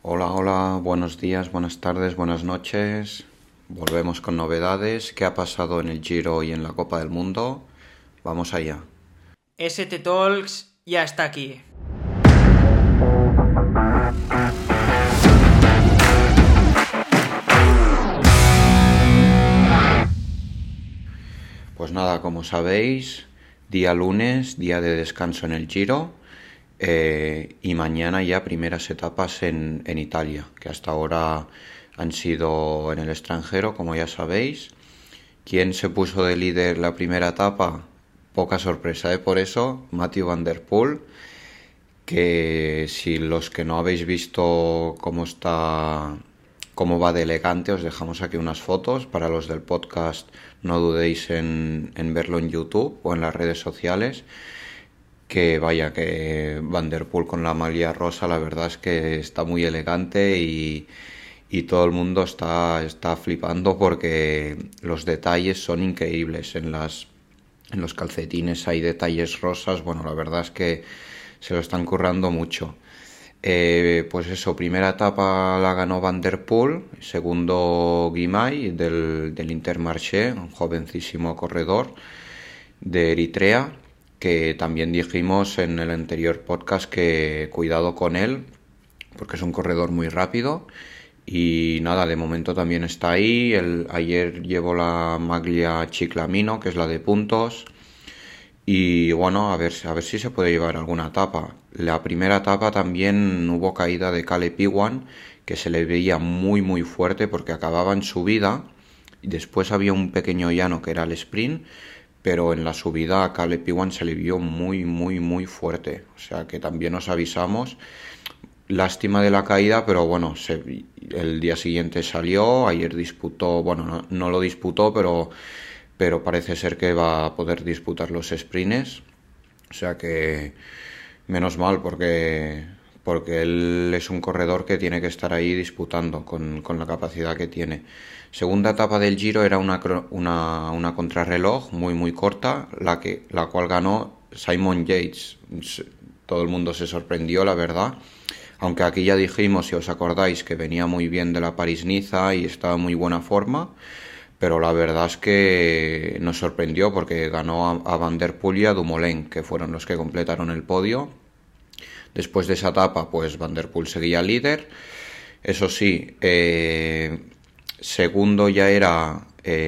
Hola, hola, buenos días, buenas tardes, buenas noches. Volvemos con novedades. ¿Qué ha pasado en el Giro y en la Copa del Mundo? Vamos allá. ST Talks ya está aquí. Pues nada, como sabéis, día lunes, día de descanso en el Giro, y mañana ya primeras etapas en Italia, que hasta ahora han sido en el extranjero, como ya sabéis. ¿Quién se puso de líder la primera etapa? Poca sorpresa, ¿eh? Por eso, Mathieu Van Der Poel, que si los que no habéis visto cómo va de elegante, os dejamos aquí unas fotos. Para los del podcast, no dudéis en verlo en YouTube o en las redes sociales. Que vaya, que Van Der Poel con la malla rosa, la verdad es que está muy elegante y todo el mundo está flipando porque los detalles son increíbles. En los calcetines hay detalles rosas, bueno, la verdad es que se lo están currando mucho. Pues eso, primera etapa la ganó Van Der Poel, segundo Guimay del Intermarché, un jovencísimo corredor de Eritrea, que también dijimos en el anterior podcast que cuidado con él, porque es un corredor muy rápido. Y nada, de momento también está ahí. Ayer llevó la maglia Chiclamino, que es la de puntos. Y bueno, a ver si se puede llevar alguna etapa. La primera etapa también hubo caída de Caleb Ewan, que se le veía muy muy fuerte porque acababa en subida. Y después había un pequeño llano que era el sprint, pero en la subida a Caleb Ewan se le vio muy muy muy fuerte. O sea que también os avisamos. Lástima de la caída, pero bueno, el día siguiente salió, ayer disputó, bueno, no lo disputó, pero parece ser que va a poder disputar los sprints. O sea que menos mal, porque él es un corredor que tiene que estar ahí disputando con la capacidad que tiene. Segunda etapa del Giro era una contrarreloj muy muy corta, la cual ganó Simon Yates. Todo el mundo se sorprendió, la verdad. Aunque aquí ya dijimos, si os acordáis, que venía muy bien de la París-Niza y estaba en muy buena forma, pero la verdad es que nos sorprendió porque ganó a Van Der Poel y a Dumoulin, que fueron los que completaron el podio. Después de esa etapa, pues Van Der Poel seguía líder. Eso sí, segundo ya era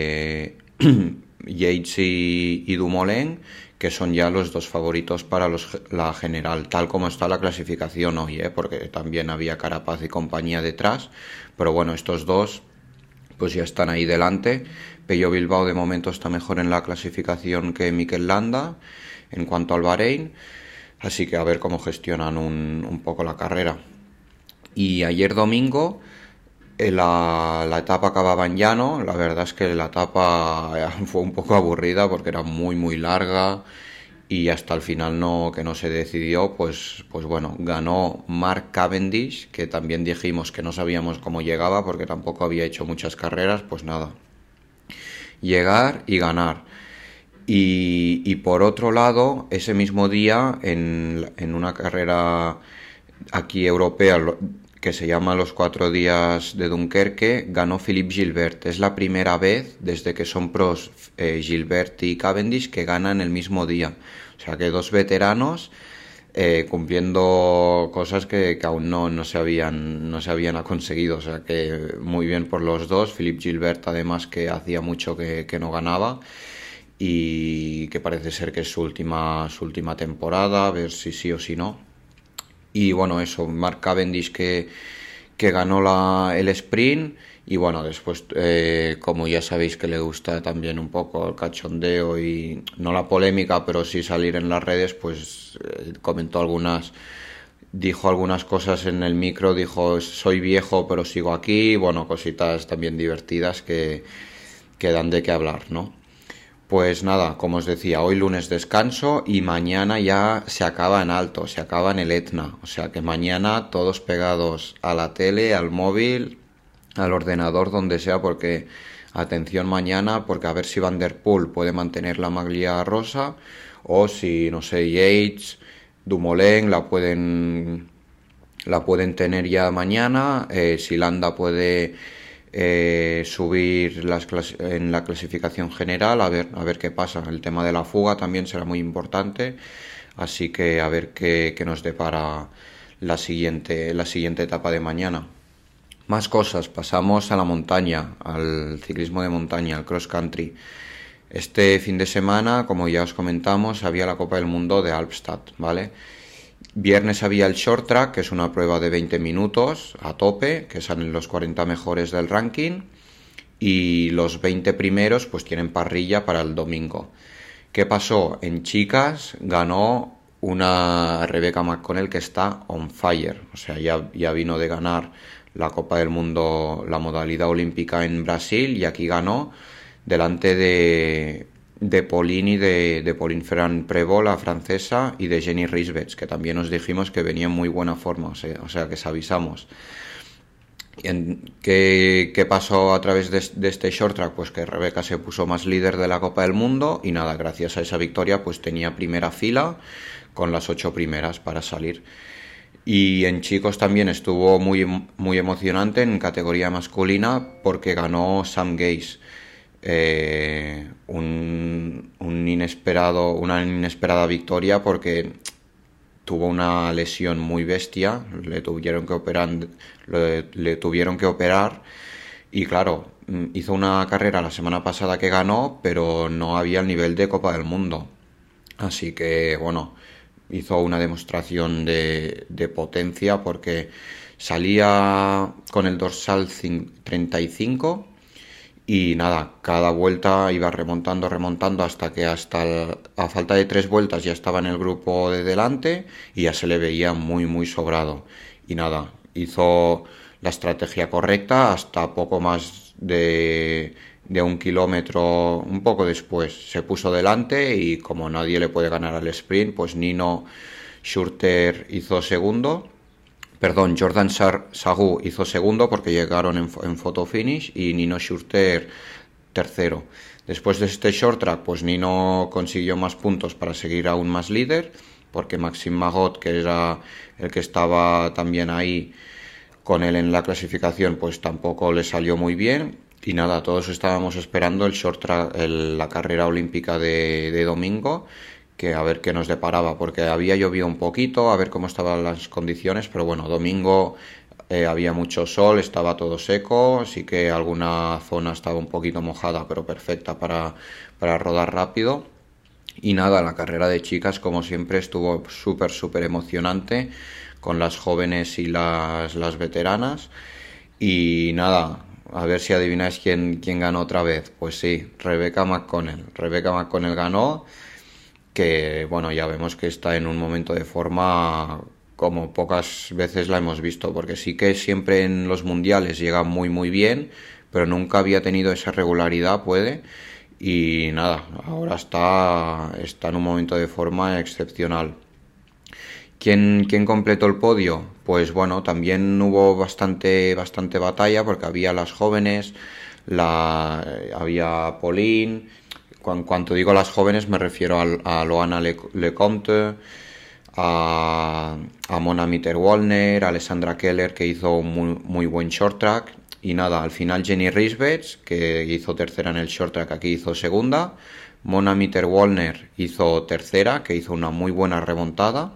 Yates y Dumoulin, que son ya los dos favoritos para la general, tal como está la clasificación hoy, porque también había Carapaz y compañía detrás, pero bueno, estos dos pues ya están ahí delante. Pello Bilbao de momento está mejor en la clasificación que Mikel Landa en cuanto al Bahrein, así que a ver cómo gestionan un poco la carrera. Y ayer domingo la etapa acababa en llano. La verdad es que la etapa fue un poco aburrida porque era muy muy larga y hasta el final que no se decidió. Pues bueno, ganó Mark Cavendish, que también dijimos que no sabíamos cómo llegaba porque tampoco había hecho muchas carreras. Pues nada, llegar y ganar. Y por otro lado, ese mismo día, en una carrera aquí europea que se llama Los 4 días de Dunkerque, ganó Philippe Gilbert. Es la primera vez desde que son pros Gilbert y Cavendish que ganan el mismo día. O sea que dos veteranos cumpliendo cosas que aún no se habían conseguido. O sea que muy bien por los dos. Philippe Gilbert además, que hacía mucho que no ganaba y que parece ser que es su última temporada, a ver si sí o si no. Y bueno, eso, Mark Cavendish que ganó el sprint. Y bueno, después, como ya sabéis que le gusta también un poco el cachondeo y no la polémica, pero sí salir en las redes, pues dijo algunas cosas en el micro, dijo soy viejo pero sigo aquí, bueno, cositas también divertidas que dan de qué hablar, ¿no? Pues nada, como os decía, hoy lunes descanso y mañana ya se acaba en alto, se acaba en el Etna. O sea que mañana todos pegados a la tele, al móvil, al ordenador, donde sea, porque atención mañana, porque a ver si Van Der Poel puede mantener la maglia rosa o si, no sé, Yates, Dumoulin la pueden la pueden tener ya mañana. Si Landa puede subir en la clasificación general, a ver qué pasa. El tema de la fuga también será muy importante, así que a ver qué nos depara la siguiente etapa de mañana. Más cosas, pasamos a la montaña, al ciclismo de montaña, al cross country. Este fin de semana, como ya os comentamos, había la Copa del Mundo de Alpstad, ¿vale? Viernes había el short track, que es una prueba de 20 minutos a tope, que salen los 40 mejores del ranking, y los 20 primeros pues tienen parrilla para el domingo. ¿Qué pasó? En chicas ganó una Rebecca McConnell que está on fire, o sea, ya vino de ganar la Copa del Mundo, la modalidad olímpica en Brasil, y aquí ganó delante de Pauline y de Pauline Ferrand-Prévot, la francesa, y de Jenny Rissvets, que también os dijimos que venía en muy buena forma, o sea que os avisamos. ¿Qué pasó a través de este short track? Pues que Rebecca se puso más líder de la Copa del Mundo, y nada, gracias a esa victoria pues tenía primera fila con las 8 primeras para salir. Y en chicos también estuvo muy emocionante en categoría masculina, porque ganó Sam Gaze, una inesperada victoria, porque tuvo una lesión muy bestia, le tuvieron que operar, y claro, hizo una carrera la semana pasada que ganó, pero no había el nivel de Copa del Mundo. Así que bueno, hizo una demostración de potencia, porque salía con el dorsal 35 y nada, cada vuelta iba remontando hasta que a falta de 3 vueltas ya estaba en el grupo de delante y ya se le veía muy sobrado. Y nada, hizo la estrategia correcta hasta poco más de 1 kilómetro, un poco después se puso delante, y como nadie le puede ganar al sprint, pues Nino Schurter hizo segundo. Perdón, Jordan Sagu hizo segundo porque llegaron en photo finish, y Nino Schurter tercero. Después de este short track, pues Nino consiguió más puntos para seguir aún más líder, porque Maxime Magot, que era el que estaba también ahí con él en la clasificación, pues tampoco le salió muy bien. Y nada, todos estábamos esperando el short track, la carrera olímpica de domingo, que a ver qué nos deparaba, porque había llovido un poquito, a ver cómo estaban las condiciones, pero bueno, domingo había mucho sol, estaba todo seco, sí que alguna zona estaba un poquito mojada, pero perfecta para rodar rápido. Y nada, la carrera de chicas, como siempre, estuvo súper emocionante, con las jóvenes y las veteranas. Y nada, a ver si adivináis quién ganó otra vez. Pues sí, Rebecca McConnell. Rebecca McConnell ganó, que bueno, ya vemos que está en un momento de forma como pocas veces la hemos visto, porque sí que siempre en los mundiales llega muy bien, pero nunca había tenido esa regularidad, y nada, ahora está en un momento de forma excepcional. ¿Quién completó el podio? Pues bueno, también hubo bastante batalla, porque había las jóvenes, había Pauline. Cuando digo las jóvenes me refiero a Loana Lecomte, a Mona Mitter-Wallner, a Alessandra Keller, que hizo un muy buen short track. Y nada, al final Jenny Rissvets, que hizo tercera en el short track, aquí hizo segunda. Mona Mitter-Wallner hizo tercera, que hizo una muy buena remontada.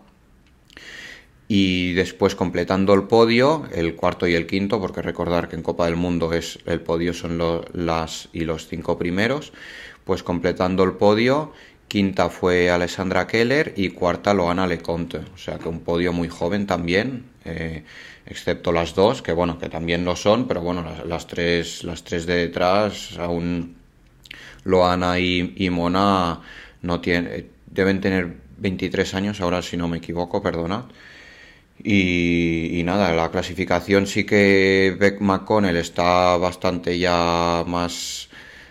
Y después, completando el podio, el cuarto y el quinto, porque recordar que en Copa del Mundo el podio son los 5 primeros, pues completando el podio, quinta fue Alessandra Keller y cuarta Loana Lecomte, o sea que un podio muy joven también, excepto las dos, que bueno, que también lo son, pero bueno, las tres de detrás, aún Loana y Mona deben tener 23 años, ahora si no me equivoco, perdona. Y nada, la clasificación sí que Beck McConnell está bastante ya más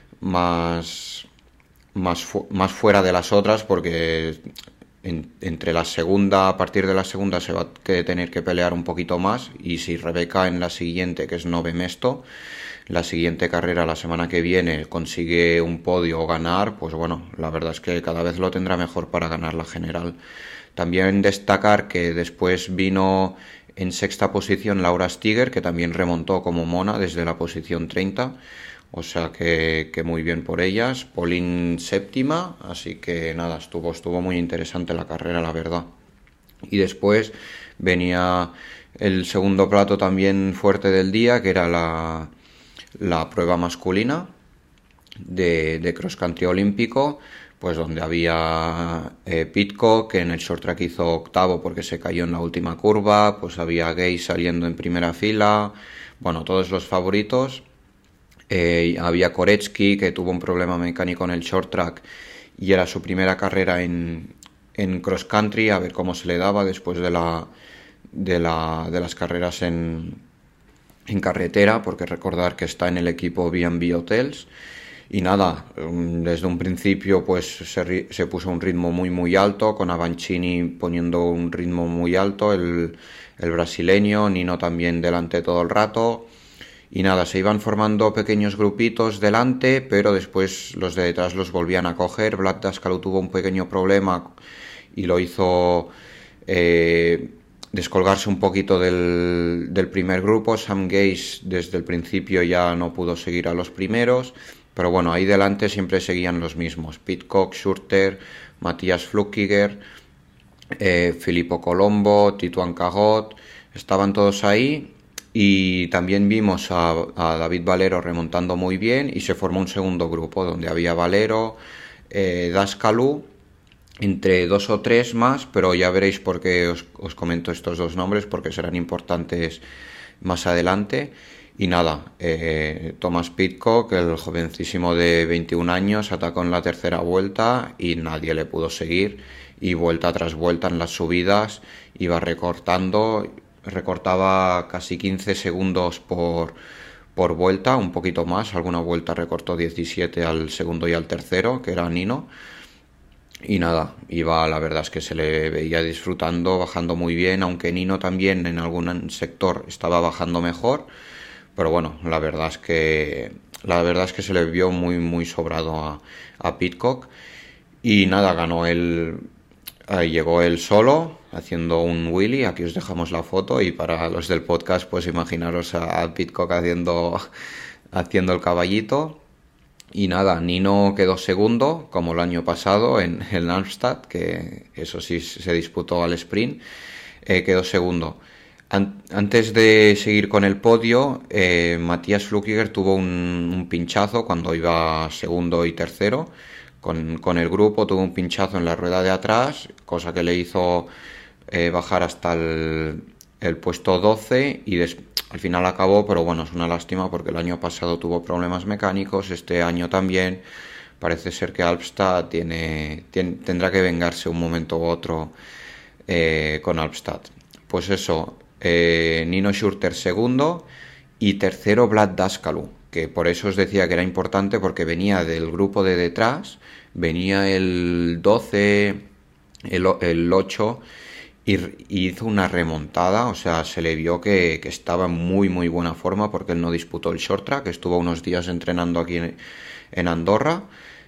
fuera de las otras, porque entre la segunda, a partir de la segunda se va a tener que pelear un poquito más, y si Rebecca en la siguiente, que es Nove Mesto, la siguiente carrera la semana que viene consigue un podio o ganar, pues bueno, la verdad es que cada vez lo tendrá mejor para ganar la general. También destacar que después vino En sexta posición Laura Stiger, que también remontó como mona desde la posición 30. O sea que muy bien por ellas. Pauline séptima, así que nada, estuvo muy interesante la carrera, la verdad. Y después venía el segundo plato también fuerte del día, que era la prueba masculina de cross country olímpico, pues donde había Pidcock, que en el short track hizo octavo porque se cayó en la última curva, pues había Gay saliendo en primera fila, bueno, todos los favoritos. Había Koretsky, que tuvo un problema mecánico en el short track y era su primera carrera en cross country, a ver cómo se le daba después de las carreras en carretera, porque recordar que está en el equipo B&B Hotels. Y nada, desde un principio pues se puso un ritmo muy alto, con Avancini poniendo un ritmo muy alto, el brasileño, Nino también delante todo el rato. Y nada, se iban formando pequeños grupitos delante, pero después los de detrás los volvían a coger. Vlad Daskalo tuvo un pequeño problema y lo hizo descolgarse un poquito del primer grupo. Sam Gase desde el principio ya no pudo seguir a los primeros, pero bueno, ahí delante siempre seguían los mismos: Pidcock, Schurter, Matías Flukiger, Filippo Colombo, Tituan Cagot, estaban todos ahí. Y también vimos a David Valero remontando muy bien, y se formó un segundo grupo donde había Valero, Daskalo, entre 2 o 3 más, pero ya veréis por qué os comento estos dos nombres, porque serán importantes más adelante. Y nada, Thomas Pidcock, el jovencísimo de 21 años, atacó en la tercera vuelta y nadie le pudo seguir, y vuelta tras vuelta en las subidas iba recortaba casi 15 segundos por vuelta, un poquito más, alguna vuelta recortó 17 al segundo y al tercero, que era Nino. Y nada, la verdad es que se le veía disfrutando, bajando muy bien, aunque Nino también en algún sector estaba bajando mejor, pero bueno, la verdad es que se le vio muy sobrado a Pidcock. Y nada, llegó él solo haciendo un wheelie. Aquí os dejamos la foto, y para los del podcast pues imaginaros a Pidcock haciendo el caballito. Y nada, Nino quedó segundo, como el año pasado en el Almstad, que eso sí se disputó al sprint, quedó segundo. Antes de seguir con el podio, Matías Flukiger tuvo un pinchazo cuando iba segundo y tercero con el grupo. Tuvo un pinchazo en la rueda de atrás, cosa que le hizo bajar hasta el puesto 12, y al final acabó, pero bueno, es una lástima porque el año pasado tuvo problemas mecánicos, este año también. Parece ser que Alpstad tendrá que vengarse un momento u otro con Alpstad. Pues eso, Nino Schurter segundo, y tercero Vlad Daskalo, que por eso os decía que era importante, porque venía del grupo de detrás, venía el 12, el 8, y hizo una remontada. O sea, se le vio que estaba en muy buena forma, porque él no disputó el short track, estuvo unos días entrenando aquí en Andorra,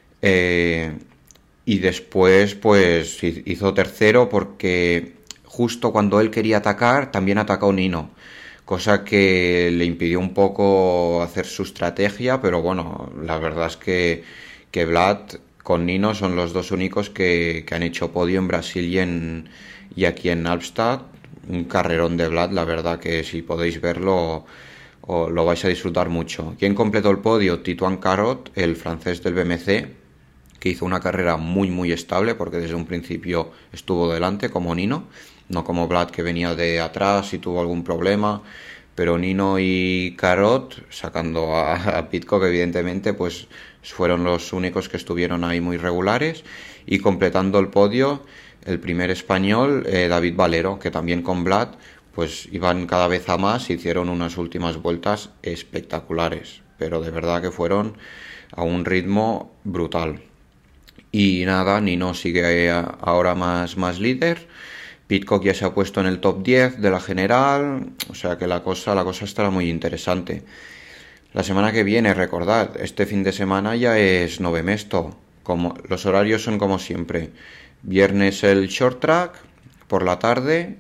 y después pues hizo tercero, porque justo cuando él quería atacar también atacó Nino, cosa que le impidió un poco hacer su estrategia. Pero bueno, la verdad es que Vlad con Nino son los dos únicos que han hecho podio en Brasil y aquí en Alpstad. Un carrerón de Vlad, la verdad que si podéis verlo lo vais a disfrutar mucho. ¿Quién completó el podio? Tituan Cagot, el francés del BMC, que hizo una carrera muy estable, porque desde un principio estuvo delante como Nino, no como Vlad, que venía de atrás y tuvo algún problema. Pero Nino y Cagot, sacando a Pidcock evidentemente, pues fueron los únicos que estuvieron ahí muy regulares. Y completando el podio, el primer español, David Valero, que también con Vlad pues iban cada vez a más, hicieron unas últimas vueltas espectaculares, pero de verdad que fueron a un ritmo brutal. Y nada, Nino sigue ahora más líder. Pidcock ya se ha puesto en el top 10 de la general, o sea que la cosa estará muy interesante. La semana que viene, recordad, este fin de semana ya es Novemesto. Los horarios son como siempre: viernes el short track por la tarde,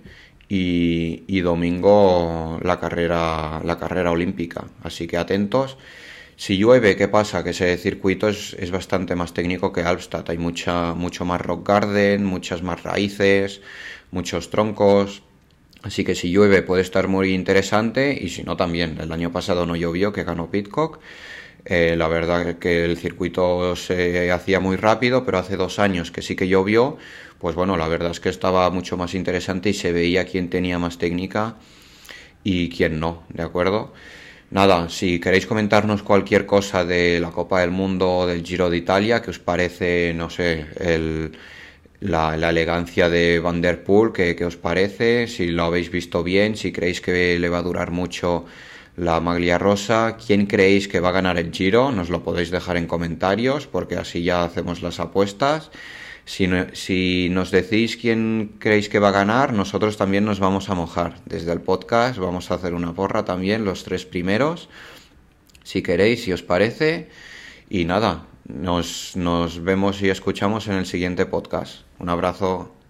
y domingo la carrera olímpica. Así que atentos. Si llueve, ¿qué pasa? Que ese circuito es bastante más técnico que Albstadt. Hay mucho más rock garden, muchas más raíces, muchos troncos. Así que si llueve puede estar muy interesante y si no también. El año pasado no llovió, que ganó Pidcock. La verdad que el circuito se hacía muy rápido, pero hace 2 años que sí que llovió, pues bueno, la verdad es que estaba mucho más interesante y se veía quién tenía más técnica y quién no, ¿de acuerdo? Nada, si queréis comentarnos cualquier cosa de la Copa del Mundo o del Giro de Italia, que os parece, no sé, la elegancia de Van der Poel, que os parece, si lo habéis visto bien, si creéis que le va a durar mucho la maglia rosa, quién creéis que va a ganar el Giro, nos lo podéis dejar en comentarios, porque así ya hacemos las apuestas. Si nos decís quién creéis que va a ganar, nosotros también nos vamos a mojar. Desde el podcast vamos a hacer una porra también, los 3 primeros, si queréis, si os parece. Y nada, nos vemos y escuchamos en el siguiente podcast. Un abrazo.